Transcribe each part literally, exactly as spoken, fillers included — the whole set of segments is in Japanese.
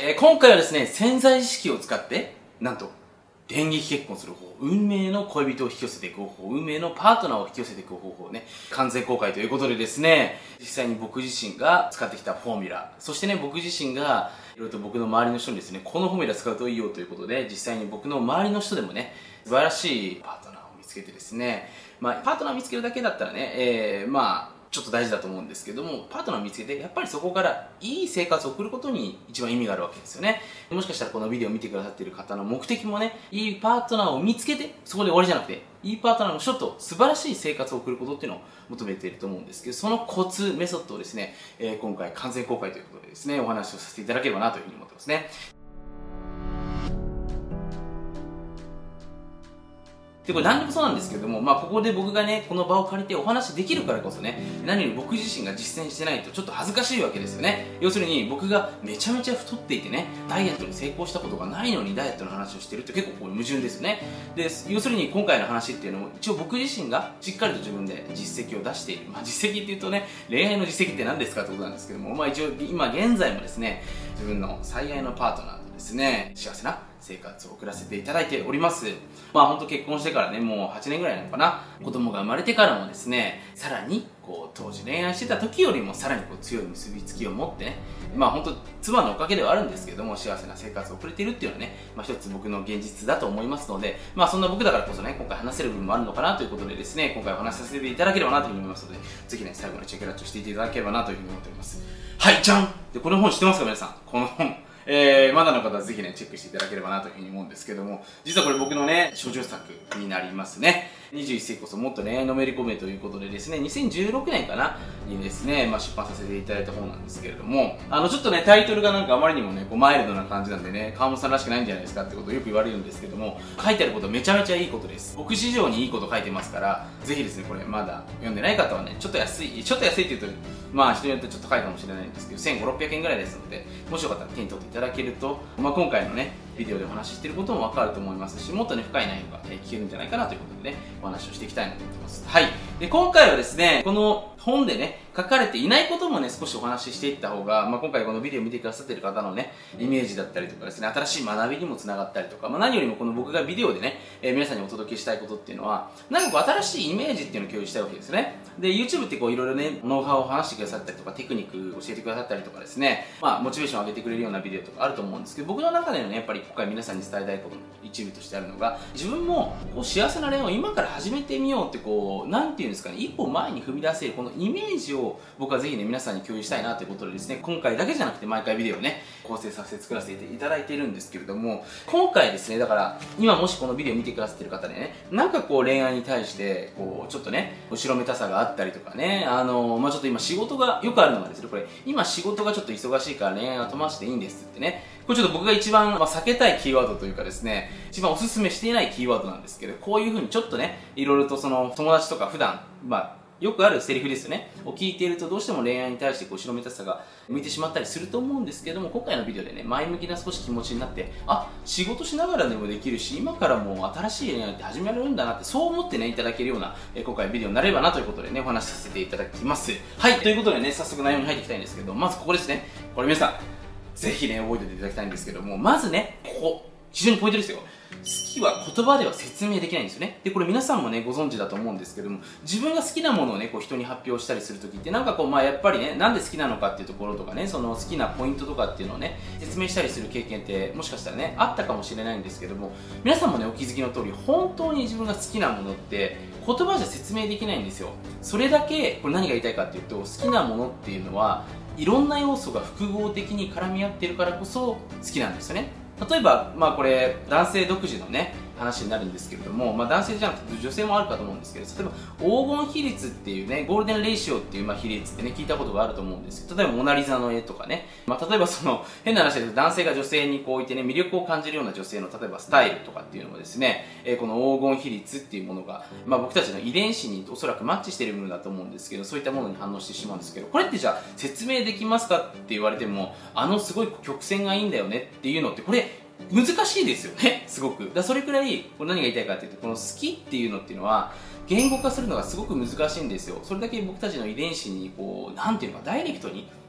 えー、今回はですね、潜在意識を使って、なんと、電撃結婚する方法、運命の恋人を引き寄せていく方法、運命のパートナーを引き寄せていく方法をね、完全公開ということでですね、実際に僕自身が使ってきたフォーミュラ、そしてね、僕自身が、いろいろと僕の周りの人にですね、このフォーミュラ使うといいよということで、実際に僕の周りの人でもね、素晴らしいパートナーを見つけてですね、まあ、パートナーを見つけるだけだったらね、えー、まあ、ちょっと大事だと思うんですけども、パートナーを見つけて、やっぱりそこからいい生活を送ることに一番意味があるわけですよね。もしかしたらこのビデオを見てくださっている方の目的もね、いいパートナーを見つけて、そこで終わりじゃなくて、いいパートナーの人と素晴らしい生活を送ることっていうのを求めていると思うんですけど、そのコツ、メソッドをですね、えー、今回完全公開ということでですね、お話をさせていただければなというふうに思ってますね。で、これ何でもそうなんですけども、まあ、ここで僕がね、この場を借りてお話できるからこそね、何より僕自身が実践してないとちょっと恥ずかしいわけですよね。要するに、僕がめちゃめちゃ太っていてね、ダイエットに成功したことがないのにダイエットの話をしてるって結構こう矛盾ですよね。で、要するに今回の話っていうのも、一応僕自身がしっかりと自分で実績を出している。まあ、実績っていうとね、恋愛の実績って何ですかってことなんですけども、まあ一応今現在もですね、自分の最愛のパートナーとですね、幸せな生活を送らせていただいております。まあ本当結婚してからね、もうはちねんぐらいなのかな。子供が生まれてからもですね、さらにこう当時恋愛してた時よりもさらにこう強い結びつきを持ってね、まあ本当妻のおかげではあるんですけども、幸せな生活を送れているっていうのはね、まあ一つ僕の現実だと思いますので、まあそんな僕だからこそね、今回話せる部分もあるのかなということでですね、今回お話しさせていただければなというふうに思いますので、ぜひね、最後までチェックラッチをしていただければなというふうに思っております。はい、じゃんで、この本知ってますか皆さん。この本。えー、まだの方はぜひね、チェックしていただければなというふうに思うんですけども、実はこれ僕のね、処女作になりますね。にじゅういっ世紀こそもっと恋愛のめり込めということでですね、にせんじゅうろくねんかなにですね、まあ、出版させていただいた本なんですけれども、あの、ちょっとね、タイトルがなんかあまりにもね、こうマイルドな感じなんでね、川本さんらしくないんじゃないですかってことをよく言われるんですけども、書いてあることめちゃめちゃいいことです。僕以上にいいこと書いてますから、ぜひですね、これまだ読んでない方はね、ちょっと安い、ちょっと安いって言うと、まあ人によってちょっと高いかもしれないんですけど、せんごひゃく、ろっぴゃくえんぐらいですので、もしよかったら手に取っていただけると、まあ、今回のね、ビデオでお話ししていることも分かると思いますし、もっとね、深い内容が聞けるんじゃないかなということでね、お話をしていきたいなと思ってます。はい。で、今回はですね、この本でね、書かれていないこともね、少しお話ししていった方が、まあ、今回このビデオを見てくださっている方のね、イメージだったりとかですね、新しい学びにもつながったりとか、まあ、何よりもこの僕がビデオでね、えー、皆さんにお届けしたいことっていうのは、なんかこう新しいイメージっていうのを共有したいわけですね。で、YouTube ってこういろいろね、ノウハウを話してくださったりとか、テクニック教えてくださったりとかですね、まあ、モチベーションを上げてくれるようなビデオとかあると思うんですけど、僕の中でのね、やっぱり今回皆さんに伝えたいことの一部としてあるのが、自分もこう幸せな恋愛を今から始めてみようってこう、なんていうんですかね、一歩前に踏み出せるこのイメージを僕はぜひね、皆さんに共有したいなということでですね、今回だけじゃなくて毎回ビデオをね、構成させて作らせていただいているんですけれども、今回ですね、だから、今もしこのビデオを見てくださっている方でね、なんかこう恋愛に対して、こう、ちょっとね、後ろめたさがあったりとかね、あの、まあ、ちょっと今仕事がよくあるのがですね、これ、今仕事がちょっと忙しいから恋愛は飛ばしていいんですってね、これちょっと僕が一番、まあ、避けたいキーワードというかですね、一番おすすめしていないキーワードなんですけど、こういう風にちょっとね、いろいろとその友達とか普段、まあ、よくあるセリフですよね。を聞いているとどうしても恋愛に対してこう後ろめたさが向いてしまったりすると思うんですけども、今回のビデオでね、前向きな少し気持ちになって、あ、仕事しながらでもできるし、今からもう新しい恋愛って始められるんだなって、そう思ってね、いただけるような、え今回ビデオになればなということでね、お話しさせていただきます。はい、ということでね、早速内容に入っていきたいんですけど、まずここですね。これ皆さん、ぜひね、覚えておいていただきたいんですけども、まずね、ここ、非常にポイントですよ。好きは言葉では説明できないんですよね。で、これ皆さんもね、ご存知だと思うんですけども、自分が好きなものをね、こう人に発表したりするときって、なんかこう、まあやっぱりね、なんで好きなのかっていうところとかね、その好きなポイントとかっていうのをね、説明したりする経験って、もしかしたらね、あったかもしれないんですけども、皆さんもね、お気づきの通り、本当に自分が好きなものって、言葉じゃ説明できないんですよ。それだけ、これ何が言いたいかっていうと、好きなものっていうのは、いろんな要素が複合的に絡み合っているからこそ好きなんですよね。例えば、まあこれ、男性独自のね、話になるんですけれども、まあ、男性じゃなくて女性もあるかと思うんですけど、例えば黄金比率っていうね、ゴールデンレーシオっていうまあ比率ってね、聞いたことがあると思うんですけど、例えばモナリザの絵とかね、まあ、例えばその変な話ですけど、男性が女性にこういてね、魅力を感じるような女性の例えばスタイルとかっていうのもですね、えー、この黄金比率っていうものが、まあ、僕たちの遺伝子におそらくマッチしているものだと思うんですけど、そういったものに反応してしまうんですけど、これってじゃあ説明できますかって言われても、あのすごい曲線がいいんだよねっていうのって、これ難しいですよね、すごく。だそれくらい、これ何が言いたいかっていうと、この好きっていうのっていうのは、言語化するのがすごく難しいんですよ。それだけ僕たちの遺伝子に、こう、なんていうのか、ダイレクトに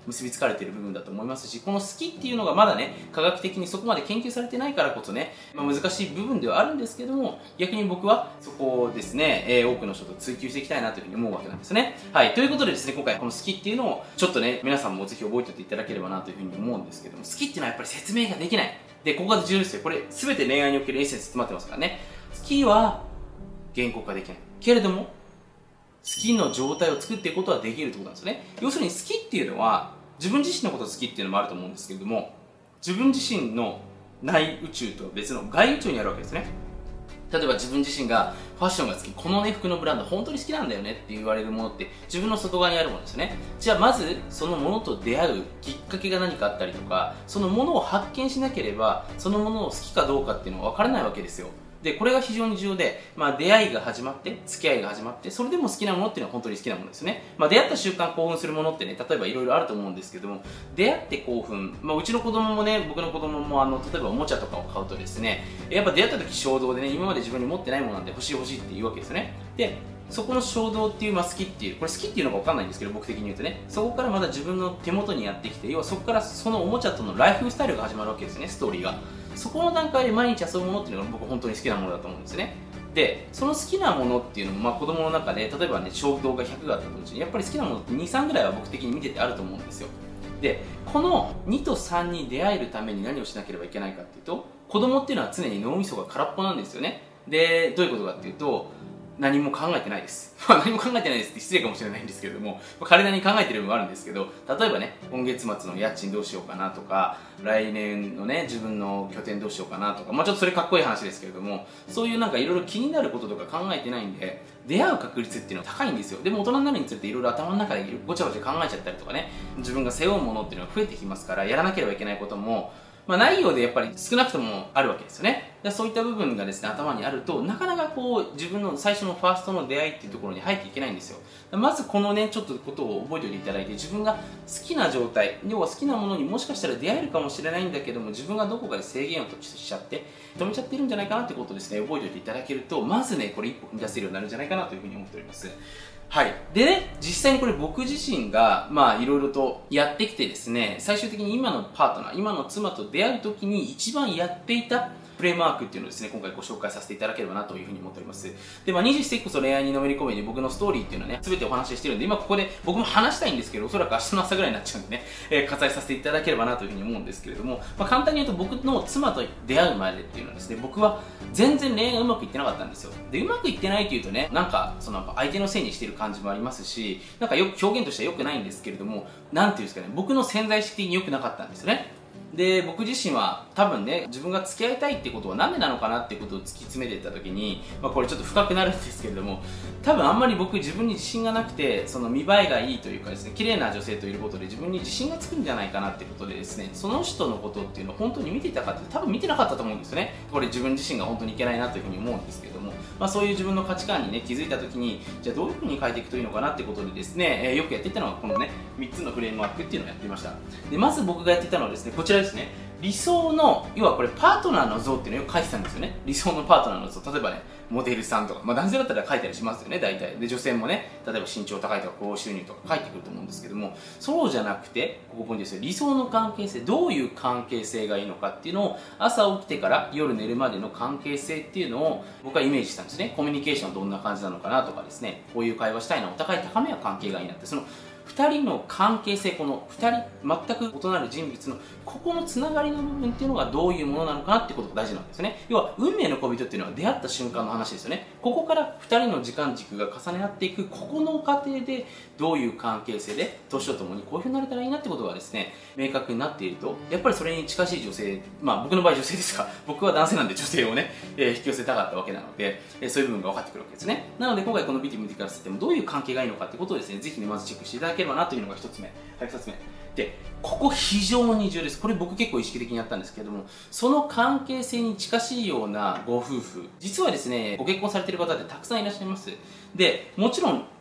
結びつかれている部分だと思いますし、この好きっていうのがまだね科学的にそこまで研究されてないからこそね、まあ、難しい部分ではあるんですけども、逆に僕はそこをですね、えー、多くの人と追求していきたいなというふうに思うわけなんですね。はい、ということでですね、今回この好きっていうのをちょっとね皆さんもぜひ覚えておいていただければなというふうに思うんですけども、好きっていうのはやっぱり説明ができない。で、ここが重要ですよ。これ全て恋愛におけるエッセンス詰まってますからね。好きは言語化できない。けれども好きの状態を作っていくことはできるってことなんですよね。要するに好きっていうのは自分自身のことを好きっていうのもあると思うんですけれども、自分自身の内宇宙とは別の外宇宙にあるわけですね。例えば自分自身がファッションが好き、このね服のブランド本当に好きなんだよねって言われるものって自分の外側にあるものですよね。じゃあまずそのものと出会うきっかけが何かあったりとか、そのものを発見しなければそのものを好きかどうかっていうのは分からないわけですよ。でこれが非常に重要で、まあ、出会いが始まって付き合いが始まって、それでも好きなものっていうのは本当に好きなものですね。まあ、出会った瞬間興奮するものってね、例えばいろいろあると思うんですけども、出会って興奮、まあ、うちの子供もね、僕の子供もあの例えばおもちゃとかを買うとですね、やっぱ出会った時衝動でね、今まで自分に持ってないものなんで欲しい欲しいって言うわけですよね。でそこの衝動っていう、まあ、好きっていう、これ好きっていうのか分かんないんですけど、僕的に言うとね、そこからまだ自分の手元にやってきて、要はそこからそのおもちゃとのライフスタイルが始まるわけですね、ストーリーが。そこの段階で毎日遊ぶものっていうのが僕本当に好きなものだと思うんですね。でその好きなものっていうのも、まあ、子供の中で例えばね衝動がひゃくがあったとうちに、やっぱり好きなものってに、さんぐらいは僕的に見ててあると思うんですよ。でこのにとさんに出会えるために何をしなければいけないかっていうと、子供っていうのは常に脳みそが空っぽなんですよね。でどういうことかっていうと、何も考えてないです。何も考えてないですって失礼かもしれないんですけれども、彼なりに考えてる部分もあるんですけど、例えばね、今月末の家賃どうしようかなとか、来年のね、自分の拠点どうしようかなとか、まあちょっとそれかっこいい話ですけれども、そういうなんかいろいろ気になることとか考えてないんで、出会う確率っていうのは高いんですよ。でも大人になるにつれていろいろ頭の中でごちゃごちゃ考えちゃったりとかね、自分が背負うものっていうのが増えてきますから、やらなければいけないことも、まあ、ないようでやっぱり少なくともあるわけですよね。でそういった部分がですね頭にあると、なかなかこう自分の最初のファーストの出会いっていうところに入っていけないんですよ。まずこのねちょっとことを覚えておいていただいて、自分が好きな状態、要は好きなものにもしかしたら出会えるかもしれないんだけども、自分がどこかで制限をしちゃって止めちゃってるんじゃないかなってことをですね覚えておいていただけると、まずねこれ一歩踏み出せるようになるんじゃないかなというふうに思っております。はい、でね、実際にこれ僕自身がまあいろいろとやってきてですね、最終的に今のパートナー、今の妻と出会う時に一番やっていたフレームワークっていうのをですね今回ご紹介させていただければなというふうに思っております。で、まあ、にじゅっせいきこそ恋愛にのめり込めに僕のストーリーっていうのはね全てお話ししてるんで、今ここで僕も話したいんですけど、おそらく明日の朝ぐらいになっちゃうんでね、えー、割愛させていただければなというふうに思うんですけれども、まあ、簡単に言うと僕の妻と出会うまでっていうのはですね、僕は全然恋愛がうまくいってなかったんですよ。でうまくいってないというとね、なんかその相手のせいにしている感じもありますし、なんかよく表現としては良くないんですけれども、なんていうんですかね、僕の潜在意識的に良くなかったんですよね。で僕自身は多分ね、自分が付き合いたいってことは何でなのかなっていうことを突き詰めていった時に、まあ、これちょっと深くなるんですけれども、多分あんまり僕自分に自信がなくて、その見栄えがいいというかですね、綺麗な女性といることで自分に自信がつくんじゃないかなっていうことでですね、その人のことっていうのを本当に見ていたかって多分見てなかったと思うんですよね。これ自分自身が本当にいけないなというふうに思うんですけれども、まあ、そういう自分の価値観にね気づいた時に、じゃあどういうふうに変えていくといいのかなってことでですね、えー、よくやっていたのはこのねみっつのフレームワークっていうのをやっていました。でまず僕がやっていたのはですねこちらですね。理想の、要はこれパートナーの像っていうのをよく書いてたんですよね。理想のパートナーの像、例えばねモデルさんとか、まあ、男性だったら書いたりしますよね大体で、女性もね例えば身長高いとか高収入とか書いてくると思うんですけども、そうじゃなくてここポイントですよ。理想の関係性、どういう関係性がいいのかっていうのを朝起きてから夜寝るまでの関係性っていうのを僕はイメージしたんですね。コミュニケーションどんな感じなのかなとかですね、こういう会話したいな、お互い高め合う関係がいいなって、そのふたりの関係性、このふたり全く異なる人物のここのつながりの部分っていうのがどういうものなのかなっていうことが大事なんですね。要は運命の恋人っていうのは出会った瞬間の話ですよね。ここからふたりの時間軸が重ね合っていく、ここの過程でどういう関係性で年とともにこういうふうになれたらいいなってことがですね明確になっていると、やっぱりそれに近しい女性、まあ僕の場合女性ですが、僕は男性なんで女性をね、えー、引き寄せたかったわけなので、えー、そういう部分が分かってくるわけですね。なので今回このビデオ見てくださってもどういう関係がいいのかってことをですねぜひねまずチェックしていただければなというのがひとつめ。はい、ふたつめで、ここ非常に重要です。これ僕結構意識的にやったんですけれども、その関係性に近しいようなご夫婦、実はですねご結婚されている方ってたくさんいらっしゃいます。でもちろん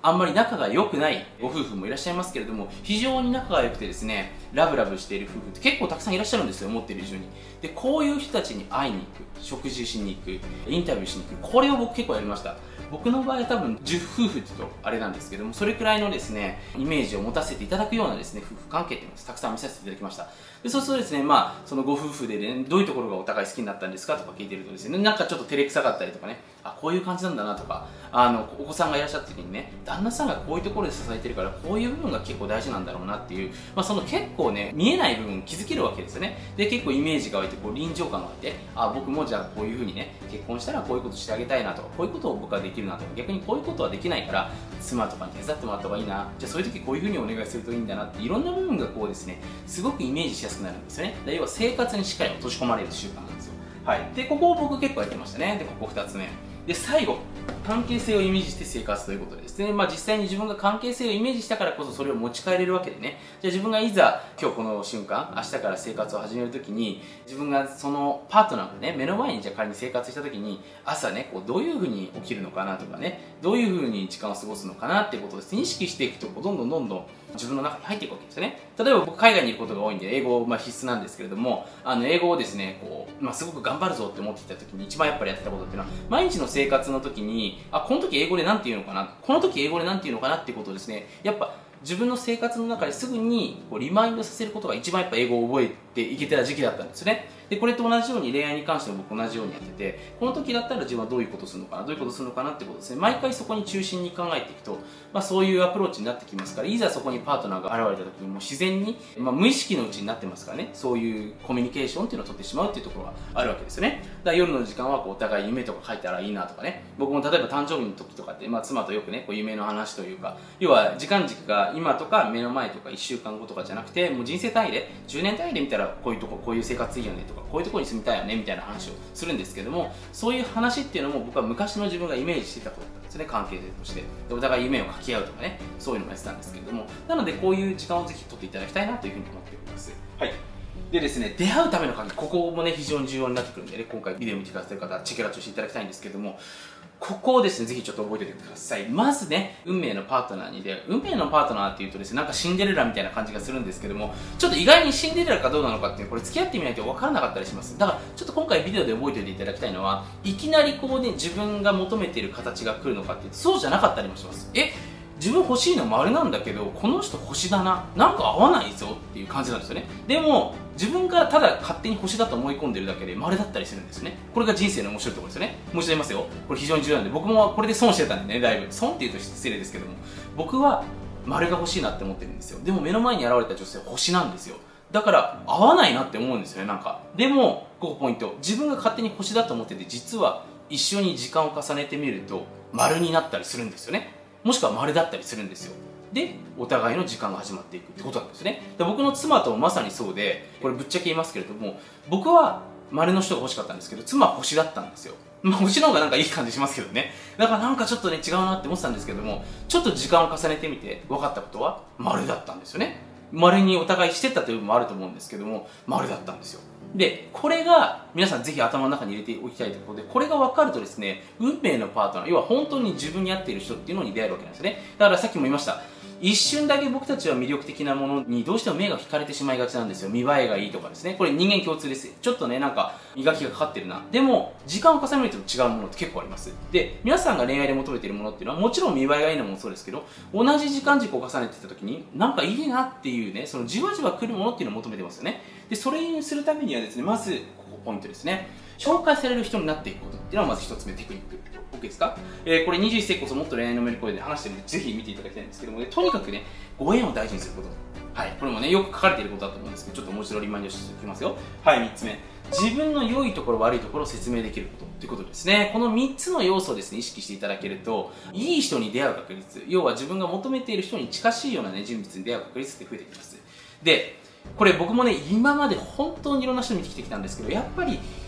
あんまり仲が良くないご夫婦もいらっしゃいますけれども、非常に仲が良くてですね、ラブラブしている夫婦って結構たくさんいらっしゃるんですよ、思っている以上に。で、こういう人たちに会いに行く、食事しに行く、インタビューしに行く、これを僕結構やりました。僕の場合は多分じゅう夫婦って言うとあれなんですけども、それくらいのですね、イメージを持たせていただくようなですね、夫婦関係っていうのをたくさん見させていただきました。で、そうするとですね、まあ、そのご夫婦でね、どういうところがお互い好きになったんですかとか聞いてるとですね、なんかちょっと照れくさかったりとかね、あ、こういう感じなんだなとか、あの、お子さんがいらっしゃった時にね、旦那さんがこういうところで支えてるから、こういう部分が結構大事なんだろうなっていう、まあ、その結構ね、見えない部分気づけるわけですよね。で、結構イメージが湧いて、こう、臨場感があって、あ、僕もじゃあこういう風にね、結婚したらこういうことしてあげたいなとか、こういうことを僕はできるなとか、逆にこういうことはできないから、妻とかに手伝ってもらった方がいいな、じゃあそういう時こういう風にお願いするといいんだなって、いろんな部分がこうですね、すごくイメージしやすくなるんですよね。で、要は生活にしっかり落とし込まれる習慣なんですよ。はい。で、ここを僕結構やってましたね。で、ここふたつめ。で、最後、関係性をイメージして生活ということでですね、まあ実際に自分が関係性をイメージしたからこそそれを持ち帰れるわけでね、じゃあ自分がいざ今日この瞬間、明日から生活を始めるときに、自分がそのパートナーがね、目の前にじゃあ仮に生活したときに、朝ね、こうどういうふうに起きるのかなとかね、どういうふうに時間を過ごすのかなっていうことをですね、意識していくと、こうどんどんどんどん自分の中に入っていくわけですよね。例えば僕海外にいることが多いんで、英語、まあ、必須なんですけれども、あの英語をですね、こう、まあ、すごく頑張るぞって思っていたときに一番やっぱりやってたことっていうのは、毎日の生活の時に、あ、この時英語でなんて言うのかな、この時英語でなんて言うのかなっていうことをですね、やっぱ自分の生活の中ですぐにこうリマインドさせることが一番やっぱ英語を覚えていけてた時期だったんですよね。で、これと同じように恋愛に関しても僕同じようにやってて、この時だったら自分はどういうことをするのかな、どういうことをするのかなってことですね。毎回そこに中心に考えていくと、まあそういうアプローチになってきますから、いざそこにパートナーが現れた時にもう自然に、まあ無意識のうちになってますからね、そういうコミュニケーションっていうのを取ってしまうっていうところがあるわけですよね。だから夜の時間はこうお互い夢とか書いたらいいなとかね、僕も例えば誕生日の時とかって、まあ妻とよくね、こう夢の話というか、要は時間軸が今とか目の前とかいっしゅうかんごとかじゃなくて、もう人生単位で、じゅうねん単位で見たらこういうとこ、こういう生活いいよねとか、こういうとこに住みたいよねみたいな話をするんですけども、そういう話っていうのも僕は昔の自分がイメージしてたことだったんですね、関係性として。で、お互い夢を書き合うとかね、そういうのもやってたんですけれども、なのでこういう時間をぜひ取っていただきたいなというふうに思っております。はい。でですね、出会うための鍵、ここもね、非常に重要になってくるんでね、今回ビデオ見てくださってる方はチェケラッチをしていただきたいんですけども、ここをですね、ぜひちょっと覚えておいてください。まずね、運命のパートナーに出会う。運命のパートナーっていうとですね、なんかシンデレラみたいな感じがするんですけども、ちょっと意外にシンデレラかどうなのかっていう、これ付き合ってみないと分からなかったりします。だから、ちょっと今回ビデオで覚えておいていただきたいのは、いきなりこうね、自分が求めている形が来るのかっていうと、そうじゃなかったりもします。え自分欲しいの丸なんだけど、この人星だな、なんか合わないぞっていう感じなんですよね。でも自分がただ勝手に星だと思い込んでるだけで丸だったりするんですね。これが人生の面白いところですよね。もう一度言いますよ、これ非常に重要なんで、僕もこれで損してたんでね、だいぶ損っていうと失礼ですけども、僕は丸が欲しいなって思ってるんですよ。でも目の前に現れた女性は星なんですよ。だから合わないなって思うんですよね、なんか。でもここポイント、自分が勝手に星だと思ってて、実は一緒に時間を重ねてみると丸になったりするんですよね。もしくは丸だったりするんですよ。で、お互いの時間が始まっていくってことなんですね。で、僕の妻ともまさにそうで、これぶっちゃけ言いますけれども、僕は丸の人が欲しかったんですけど、妻は星だったんですよ。まあ、星の方がなんかいい感じしますけどね。だからなんかちょっとね、違うなって思ってたんですけども、ちょっと時間を重ねてみて分かったことは、丸だったんですよね。丸にお互いしてたという部分もあると思うんですけども、丸だったんですよ。で、これが皆さんぜひ頭の中に入れておきたいところで、これが分かるとですね、運命のパートナー、要は本当に自分に合っている人っていうのに出会えるわけなんですね。だからさっきも言いました。一瞬だけ僕たちは魅力的なものにどうしても目が引かれてしまいがちなんですよ。見栄えがいいとかですね。これ人間共通です。ちょっとね、なんか磨きがかかってるな。でも、時間を重ねると違うものって結構あります。で、皆さんが恋愛で求めているものっていうのは、もちろん見栄えがいいのもそうですけど、同じ時間軸を重ねていった時に、なんかいいなっていうね、そのじわじわ来るものっていうのを求めてますよね。で、それにするためにはですね、まず、ここポイントですね。紹介される人になっていくことっていうのはまず一つ目、テクニック。OK ですか？えー、これにじゅういっ世紀こそもっと恋愛のメルコで話してるので、ぜひ見ていただきたいんですけども、ね、とにかくね、ご縁を大事にすること。はい。これもね、よく書かれていることだと思うんですけど、ちょっともう一度リマインドしておきますよ。はい、みっつめ。自分の良いところ、悪いところを説明できることということですね。このみっつの要素をですね、意識していただけると、いい人に出会う確率、要は自分が求めている人に近しいようなね、人物に出会う確率って増えてきます。で、これ僕もね、今まで本当にいろんな人見てきてきたんですけど、やっぱり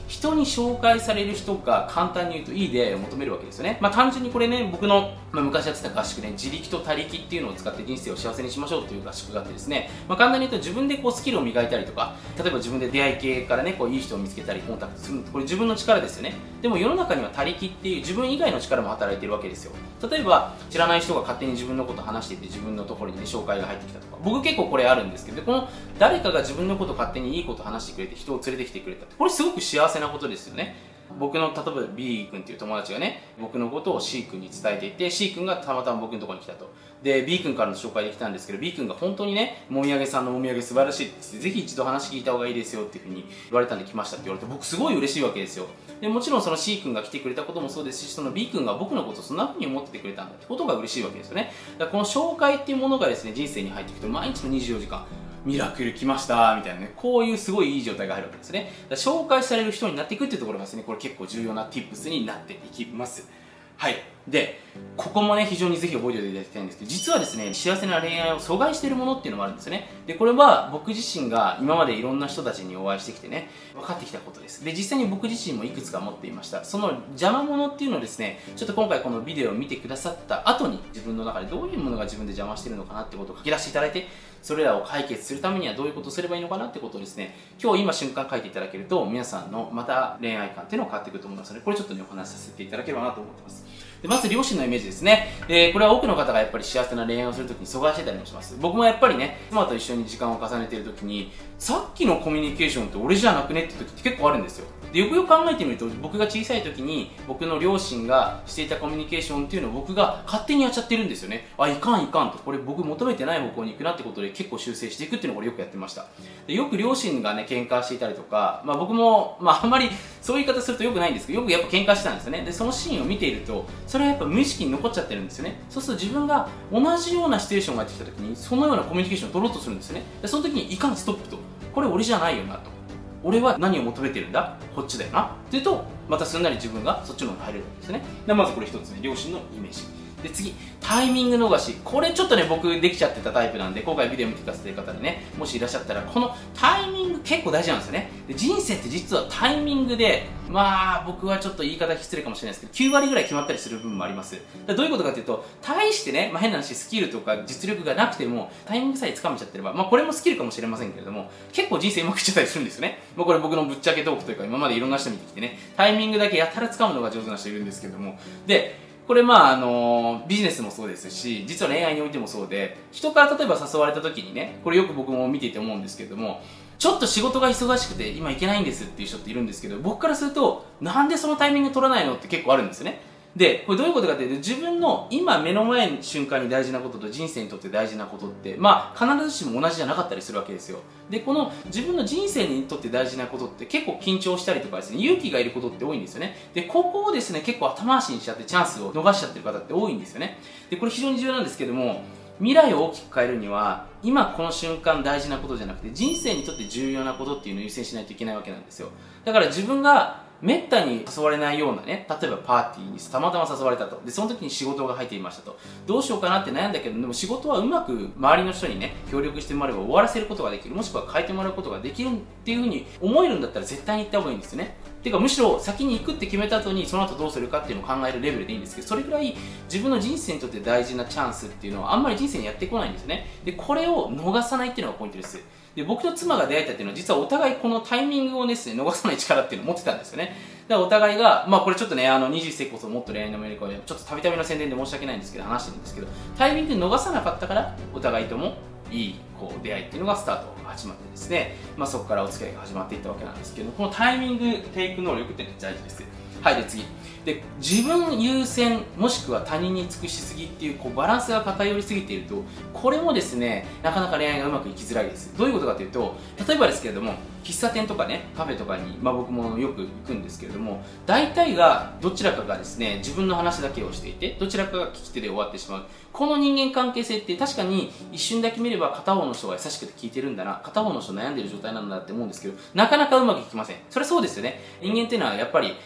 人に紹介される人が簡単に言うといい出会いを求めるわけですよね。まあ単純にこれね、僕の、まあ、昔やってた合宿で、ね、自力と他力っていうのを使って人生を幸せにしましょうという合宿があってですね、まあ簡単に言うと自分でこうスキルを磨いたりとか、例えば自分で出会い系からね、こういい人を見つけたりコンタクトする、これ自分の力ですよね。でも世の中には他力っていう自分以外の力も働いてるわけですよ。例えば知らない人が勝手に自分のことを話していて、自分のところにね、紹介が入ってきたとか、僕結構これあるんですけど、この誰かが自分のことを勝手にいいことを話してくれて人を連れてきてくれたって、これすごく幸せなことですよね。僕の例えば B 君っていう友達がね、僕のことを C 君に伝えていて、 C 君がたまたま僕のところに来たと。で B 君からの紹介できたんですけど、 B 君が本当にね、もみあげさんのもみあげ素晴らしいって言って、ぜひ一度話聞いた方がいいですよっていうふうに言われたんで来ましたって言われて、僕すごい嬉しいわけですよ。でもちろんその C 君が来てくれたこともそうですし、その B 君が僕のことをそんなふうに思っててくれたんだってことが嬉しいわけですよね。だからこの紹介っていうものがですね、人生に入っていくと毎日のにじゅうよじかんミラクル来ましたみたいなね、こういうすごいいい状態が入るわけですね。だから紹介される人になっていくっていうところがですね、これ結構重要な tips になっていきます。はい。で、ここもね、非常にぜひ覚えておいていただきたいんですけど、実はですね、幸せな恋愛を阻害しているものっていうのもあるんですよね。で、これは僕自身が今までいろんな人たちにお会いしてきてね、分かってきたことです。で、実際に僕自身もいくつか持っていました。その邪魔者っていうのをですね、ちょっと今回このビデオを見てくださった後に、自分の中でどういうものが自分で邪魔しているのかなってことを書き出していただいて、それらを解決するためにはどういうことをすればいいのかなってことをですね、今日今瞬間書いていただけると、皆さんのまた恋愛観っていうのが変わってくると思いますので、これちょっとね、お話しさせていただければなと思ってます。でまず両親のイメージですね。でこれは多くの方がやっぱり幸せな恋愛をするときに阻害してたりもします。僕もやっぱりね、妻と一緒に時間を重ねているときに、さっきのコミュニケーションって俺じゃなくねって時って結構あるんですよ。でよくよく考えてみると、僕が小さい時に僕の両親がしていたコミュニケーションっていうのを僕が勝手にやっちゃってるんですよね。あ、いかんいかんと、これ僕求めてない方向に行くなってことで結構修正していくっていうのをこれよくやってました。でよく両親がね喧嘩していたりとか、まあ、僕も、まあ、あんまりそういう言い方するとよくないんですけど、よくやっぱ喧嘩してたんですよね。でそのシーンを見ていると、それはやっぱ無意識に残っちゃってるんですよね。そうすると自分が同じようなシチュエーションがやってきた時にそのようなコミュニケーションを取ろうとするんですよね。でその時にいかんストップと、これ俺じゃないよなと、俺は何を求めてるんだ、こっちだよなっていうと、またすんなり自分がそっちの方に入れるわけですね。でまずこれ一つね、両親のイメージで、次タイミング逃し。これちょっとね僕できちゃってたタイプなんで、今回ビデオ見てくださってる方でね、もしいらっしゃったら、このタイミング結構大事なんですよね。で人生って実はタイミングで、まあ僕はちょっと言い方失礼かもしれないですけど、きゅうわりぐらい決まったりする部分もあります。だどういうことかというと、大してね、まあ、変な話スキルとか実力がなくてもタイミングさえつかめちゃってれば、まあこれもスキルかもしれませんけれども、結構人生うまくいっちゃったりするんですよね。もうこれ僕のぶっちゃけトークというか、今までいろんな人見てきてね、タイミングだけやたらつかむのが上手な人いるんですけども、でこれまああのビジネスもそうですし、実は恋愛においてもそうで、人から例えば誘われた時にね、これよく僕も見ていて思うんですけれども、ちょっと仕事が忙しくて今行けないんですっていう人っているんですけど、僕からするとなんでそのタイミング取らないのって結構あるんですよね。でこれどういうことかというと、自分の今目の前の瞬間に大事なことと人生にとって大事なことって、まあ必ずしも同じじゃなかったりするわけですよ。でこの自分の人生にとって大事なことって結構緊張したりとかですね、勇気がいることって多いんですよね。でここをですね結構後回しにしちゃってチャンスを逃しちゃってる方って多いんですよね。でこれ非常に重要なんですけども、未来を大きく変えるには今この瞬間大事なことじゃなくて、人生にとって重要なことっていうのを優先しないといけないわけなんですよ。だから自分がめったに誘われないようなね、例えばパーティーにたまたま誘われたと。でその時に仕事が入っていましたと。どうしようかなって悩んだけど、でも仕事はうまく周りの人にね協力してもらえば終わらせることができる、もしくは変えてもらうことができるっていうふうに思えるんだったら絶対に行った方がいいんですよね。てかむしろ先に行くって決めた後にその後どうするかっていうのを考えるレベルでいいんですけど、それぐらい自分の人生にとって大事なチャンスっていうのはあんまり人生にやってこないんですよね。でこれを逃さないっていうのがポイントです。で僕と妻が出会えたっていうのは、実はお互いこのタイミングをですね逃さない力っていうのを持ってたんですよね。だからお互いが、まあこれちょっとね、あのにじゅっせいこそもっと恋愛のメリカでちょっとたびたびの宣伝で申し訳ないんですけど話してるんですけど、タイミング逃さなかったからお互いともいいこう出会いっていうのがスタートが始まってですね、まあ、そこからお付き合いが始まっていったわけなんですけど、このタイミングテイク能力っていうのは大事です。はい、で次で自分優先もしくは他人に尽くしすぎっていう、こうバランスが偏りすぎていると、これもですねなかなか恋愛がうまくいきづらいです。どういうことかというと、例えばですけれども喫茶店とかねカフェとかに、まあ、僕もよく行くんですけれども、大体がどちらかがですね自分の話だけをしていて、どちらかが聞き手で終わってしまう。この人間関係性って確かに一瞬だけ見れば片方の人が優しくて聞いてるんだな、片方の人悩んでる状態なんだって思うんですけど、なかなかうまくいきません。それはそうですよね。人間っていうのはやっぱりにじゅうよじ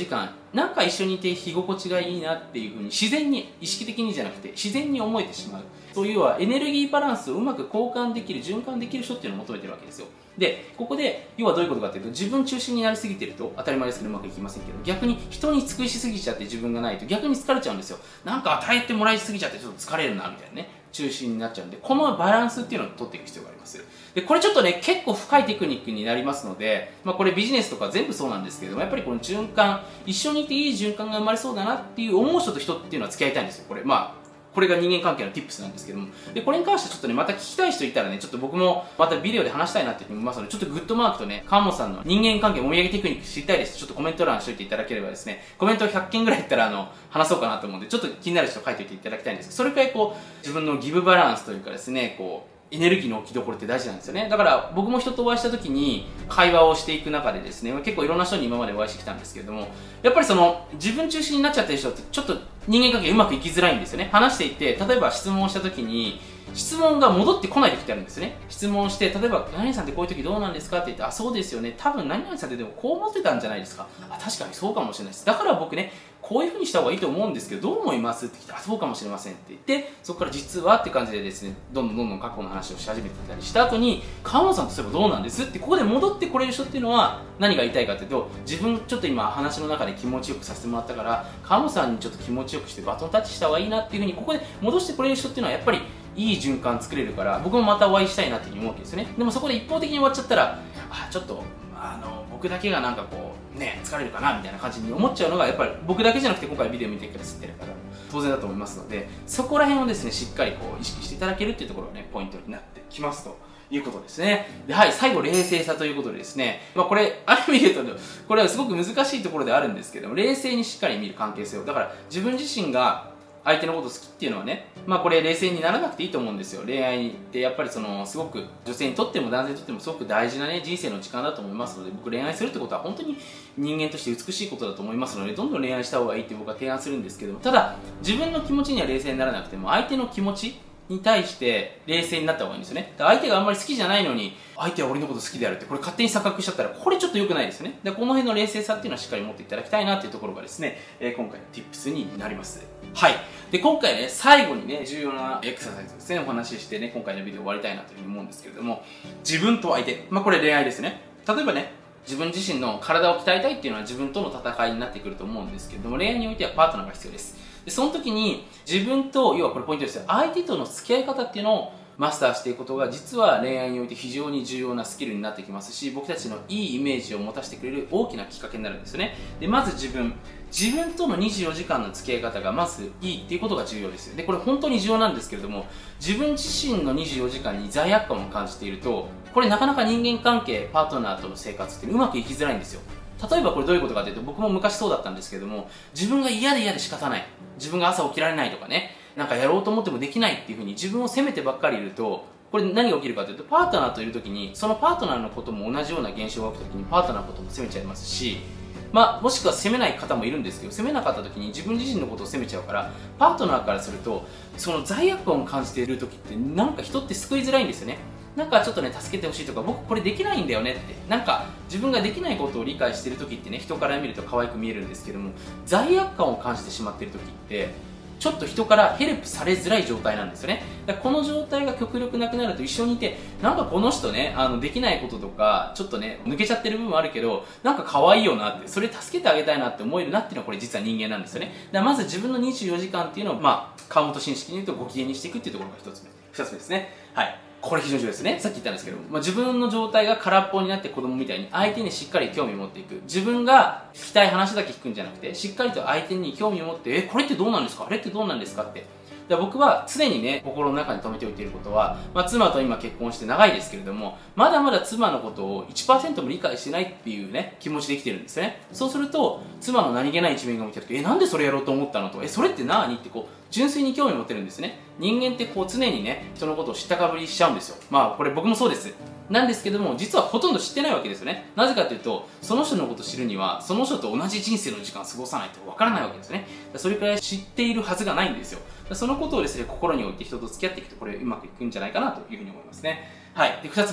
時間なんか一緒にいて居心地がいいなっていうふうに自然に意識的にじゃなくて自然に思えてしまう、そういうはエネルギーバランスをうまく交換できる循環できる人っていうのを求めてるわけですよ。でここで要はどういうことかというと、自分中心になりすぎてると当たり前ですけどうまくいきませんけど、逆に人に尽くしすぎちゃって自分がないと逆に疲れちゃうんですよ。なんか与えてもらいすぎちゃってちょっと疲れるなみたいなね、中心になっちゃうんで、このバランスっていうのを取っていく必要があります。でこれちょっとね結構深いテクニックになりますので、まあ、これビジネスとか全部そうなんですけども、やっぱりこの循環、一緒にいていい循環が生まれそうだなっていう思う人と人っていうのは付き合いたいんですよ。これまあこれが人間関係の tips なんですけども、でこれに関してちょっとねまた聞きたい人いたらね、ちょっと僕もまたビデオで話したいなって思いますので、ちょっとグッドマークとね、川本さんの人間関係もみあげテクニック知りたいです、ちょっとコメント欄しといていただければですね、コメントひゃっけんぐらいいったらあの話そうかなと思うんで、ちょっと気になる人書いておいていただきたいんですけど、それくらいこう自分のギブバランスというかですね、こうエネルギーの置きどころって大事なんですよね。だから僕も人とお会いした時に会話をしていく中でですね、結構いろんな人に今までお会いしてきたんですけれども、やっぱりその自分中心になっちゃってる人ってちょっと人間関係うまくいきづらいんですよね。話していて、例えば質問をした時に質問が戻ってこない時ってあるんですよね。質問して、例えば何々さんってこういう時どうなんですかって言って、あ、そうですよね、多分何々さんってでもこう思ってたんじゃないですか、あ、確かにそうかもしれないです、だから僕ねこういう風にした方がいいと思うんですけどどう思いますって聞いて、あ、そうかもしれませんって言って、そこから実はって感じでですね、どんどんどんどん過去の話をし始めてたりした後に、川本さんとすればどうなんですってここで戻ってこれる人っていうのは何が言いたいかというと、自分ちょっと今話の中で気持ちよくさせてもらったから川本さんにちょっと気持ちよくしてバトンタッチした方がいいなっていう風にここで戻してこれる人っていうのはやっぱりいい循環作れるから、僕もまたお会いしたいなっていうふうに思うわけですよね。でもそこで一方的に終わっちゃったら、あ、ちょっとあの僕だけがなんかこうね疲れるかなみたいな感じに思っちゃうのがやっぱり僕だけじゃなくて、今回ビデオ見てくださってる方も当然だと思いますので、そこら辺をですねしっかりこう意識していただけるっていうところがねポイントになってきますということですね。で、はい、最後冷静さということでですね、まあ、これある意味で言うとこれはすごく難しいところであるんですけども、冷静にしっかり見る関係性を、だから自分自身が相手のこと好きっていうのはね、まあこれ冷静にならなくていいと思うんですよ。恋愛ってやっぱりそのすごく女性にとっても男性にとってもすごく大事なね人生の時間だと思いますので、僕恋愛するってことは本当に人間として美しいことだと思いますので、どんどん恋愛した方がいいって僕は提案するんですけども、ただ自分の気持ちには冷静にならなくても相手の気持ちに対して冷静になった方がいいんですよね。だから相手があんまり好きじゃないのに相手は俺のこと好きであるってこれ勝手に錯覚しちゃったらこれちょっと良くないですよね。でこの辺の冷静さっていうのはしっかり持っていただきたいなっていうところがですね、えー、今回の tips になります。はい。で今回ね最後にね重要なエクササイズですねお話ししてね今回のビデオ終わりたいなというふうに思うんですけれども、自分と相手、まあこれ恋愛ですね。例えばね自分自身の体を鍛えたいっていうのは自分との戦いになってくると思うんですけれども、恋愛においてはパートナーが必要です。でその時に自分と、要はこれポイントですよ、相手との付き合い方っていうのをマスターしていくことが実は恋愛において非常に重要なスキルになってきますし、僕たちのいいイメージを持たせてくれる大きなきっかけになるんですよね。でまず自分自分とのにじゅうよじかんの付き合い方がまずいいっていうことが重要ですよ。でこれ本当に重要なんですけれども、自分自身のにじゅうよじかんに罪悪感を感じていると、これなかなか人間関係パートナーとの生活ってうまくいきづらいんですよ。例えばこれどういうことかというと、僕も昔そうだったんですけれども、自分が嫌で嫌で仕方ない、自分が朝起きられないとかね、なんかやろうと思ってもできないっていうふうに自分を責めてばっかりいると、これ何が起きるかというと、パートナーといる時にそのパートナーのことも同じような現象が起きた時にパートナーのことも責めちゃいますし、まあ、もしくは責めない方もいるんですけど、責めなかった時に自分自身のことを責めちゃうから、パートナーからするとその罪悪感を感じている時ってなんか人って救いづらいんですよね。なんかちょっとね助けてほしいとか、僕これできないんだよねって、なんか自分ができないことを理解している時ってね、人から見ると可愛く見えるんですけども、罪悪感を感じてしまっている時ってちょっと人からヘルプされづらい状態なんですよね。だからこの状態が極力なくなると、一緒にいてなんかこの人ねあのできないこととかちょっとね抜けちゃってる部分あるけど、なんか可愛いよなって、それ助けてあげたいなって思えるなっていうのはこれ実は人間なんですよね。だからまず自分のにじゅうよじかんっていうのを、まあ川本紳式に言うとご機嫌にしていくっていうところが一つ目、二つ目ですね。はい、これ非常に重要ですね。さっき言ったんですけど、まあ、自分の状態が空っぽになって子供みたいに相手にしっかり興味を持っていく。自分が聞きたい話だけ聞くんじゃなくて、しっかりと相手に興味を持って、えこれってどうなんですか、あれってどうなんですかって。で僕は常にね心の中に留めておいていることは、まあ、妻と今結婚して長いですけれども、まだまだ妻のことを いちパーセント も理解してないっていうね気持ちで生きてるんですよね。そうすると妻の何気ない一面が見た時、えなんでそれやろうと思ったのとか、えそれって何ってこう純粋に興味を持ってるんですね。人間ってこう常にね人のことを知ったかぶりしちゃうんですよ。まあこれ僕もそうですなんですけども、実はほとんど知ってないわけですよね。なぜかというと、その人のことを知るにはその人と同じ人生の時間を過ごさないとわからないわけですね。それくらい知っているはずがないんですよ。そのことをですね心に置いて人と付き合っていくと、これうまくいくんじゃないかなというふうに思いますね。はい。でふたつめ、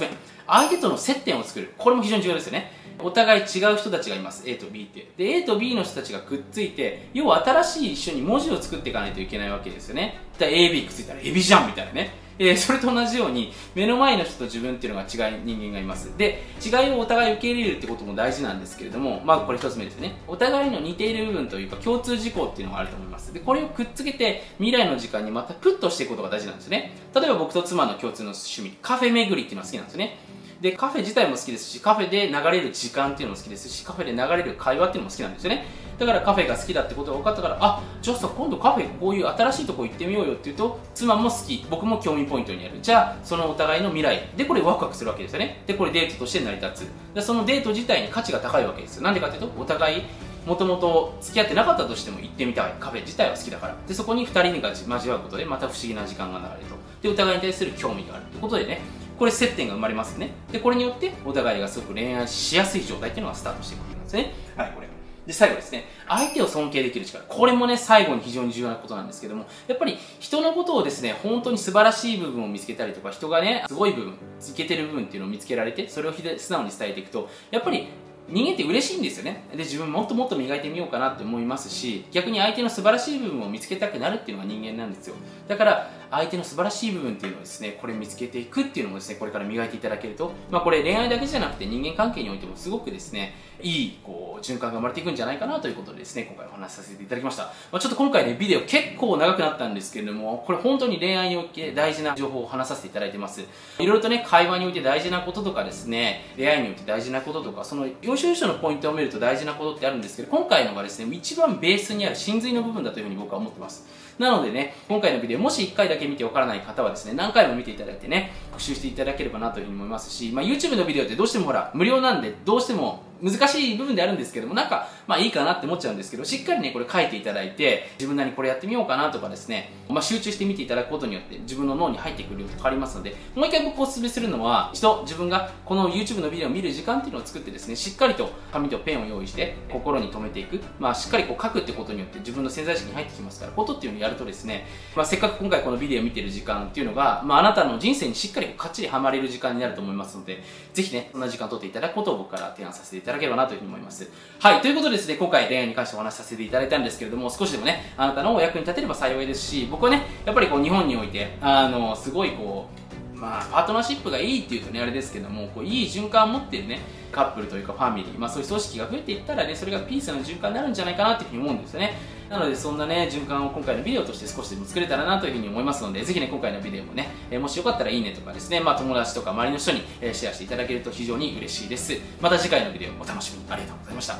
相手との接点を作る。これも非常に重要ですよね。お互い違う人たちがいます。A と B って。で、A と B の人たちがくっついて、要は新しい一緒に文字を作っていかないといけないわけですよね。だから エービー くっついたらエビじゃんみたいなね。えー、それと同じように、目の前の人と自分っていうのが違い、人間がいます。で、違いをお互い受け入れるってことも大事なんですけれども、まあこれ一つ目ですね。お互いの似ている部分というか、共通事項っていうのがあると思います。で、これをくっつけて、未来の時間にまたプッとしていくことが大事なんですね。例えば僕と妻の共通の趣味、カフェ巡りっていうのが好きなんですよね。で、カフェ自体も好きですし、カフェで流れる時間っていうのも好きですし、カフェで流れる会話っていうのも好きなんですよね。だからカフェが好きだってことが分かったから、あ、じゃあさ、今度カフェこういう新しいとこ行ってみようよって言うと、妻も好き、僕も興味ポイントにある。じゃあ、そのお互いの未来でこれワクワクするわけですよね。で、これデートとして成り立つ。で、そのデート自体に価値が高いわけですよ。なんでかっていうと、お互い、もともと付き合ってなかったとしても行ってみたい。カフェ自体は好きだから。で、そこにふたりが交わることで、また不思議な時間が流れると。で、お互いに対する興味があるということでね、これ接点が生まれますね。で、これによってお互いがすごく恋愛しやすい状態っていうのがスタートしていくわけなんですね。はい、これ。で、最後ですね。相手を尊敬できる力。これもね、最後に非常に重要なことなんですけども、やっぱり人のことをですね、本当に素晴らしい部分を見つけたりとか、人がね、すごい部分、いけてる部分っていうのを見つけられて、それを素直に伝えていくと、やっぱり人間って嬉しいんですよね。で、自分もっともっと磨いてみようかなって思いますし、逆に相手の素晴らしい部分を見つけたくなるっていうのが人間なんですよ。だから、相手の素晴らしい部分っていうのをですね、これ見つけていくっていうのもですね、これから磨いていただけると、まあこれ恋愛だけじゃなくて人間関係においてもすごくですね、いい、こう、循環が生まれていくんじゃないかなということでですね、今回お話しさせていただきました。まあちょっと今回ね、ビデオ結構長くなったんですけれども、これ本当に恋愛において大事な情報を話させていただいてます。いろいろとね、会話において大事なこととかですね、出会いにおいて大事なこととか、その要所要所のポイントを見ると大事なことってあるんですけど、今回のがですね、一番ベースにある真髄の部分だというふうに僕は思ってます。なのでね、今回のビデオ、もしいっかいだけ見てわからない方はですね、何回も見ていただいてね、復習していただければなというふうに思いますし、まあ、YouTube のビデオってどうしてもほら、無料なんで、どうしても難しい部分であるんですけども、なんか、まあいいかなって思っちゃうんですけど、しっかりね、これ書いていただいて、自分なりにこれやってみようかなとかですね、まあ集中して見ていただくことによって、自分の脳に入ってくる量が変わりますので、もう一回僕お勧めするのは、一度自分がこの YouTube のビデオを見る時間っていうのを作ってですね、しっかりと紙とペンを用意して、心に留めていく。まあしっかりこう書くってことによって、自分の潜在意識に入ってきますから、ことっていうのをやるとですね、まあせっかく今回このビデオを見てる時間っていうのが、まああなたの人生にしっかりかっちりはまれる時間になると思いますので、ぜひね、そんな時間を取っていただくことを僕から提案させていただければなというふうに思います。はい、ということでですね、今回恋愛に関してお話しさせていただいたんですけれども、少しでもね、あなたのお役に立てれば幸いですし、僕はね、やっぱりこう日本において、あの、すごいこう、まあ、パートナーシップがいいっていうとね、あれですけども、こういい循環を持っているね、カップルというかファミリー、まあそういう組織が増えていったらね、それがピースの循環になるんじゃないかなっていうふうに思うんですよね。なので、そんなね、循環を今回のビデオとして少しでも作れたらなというふうに思いますので、ぜひね、今回のビデオもね、えー、もしよかったらいいねとかですね、まあ友達とか周りの人に、えー、シェアしていただけると非常に嬉しいです。また次回のビデオお楽しみに。ありがとうございました。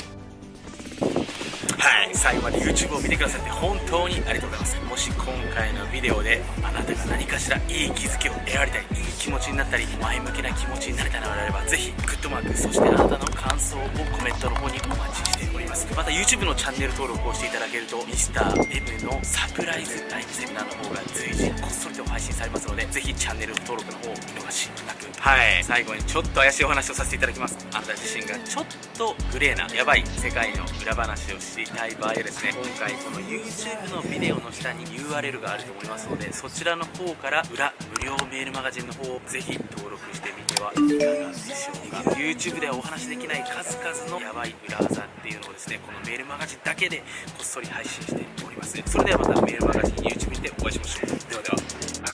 はい、最後まで YouTube を見てくださって本当にありがとうございます。もし今回のビデオであなたが何かしらいい気づきを得られたり、いい気持ちになったり、前向きな気持ちになれたのであれば、ぜひグッドマーク、そしてあなたの感想をコメントの方にお待ちしております。また YouTube のチャンネル登録をしていただけると ミスターエム のサプライズタイムセミナーの方が随時こっそりと配信されますので、ぜひチャンネル登録の方を見逃しなく。はい、最後にちょっと怪しいお話をさせていただきます。あなた自身がちょっとグレーなヤバい世界の裏話を知りたい場合はですね、今回この YouTube のビデオの下に ユーアールエル があると思いますので、そちらの方から裏無料メールマガジンの方をぜひ登録してみてはいかがでしょうか。 YouTube ではお話しできない数々のヤバい裏技っていうのをですね、このメールマガジンだけでこっそり配信しております。それではまたメールマガジン YouTube でお会いしましょう。ではでは。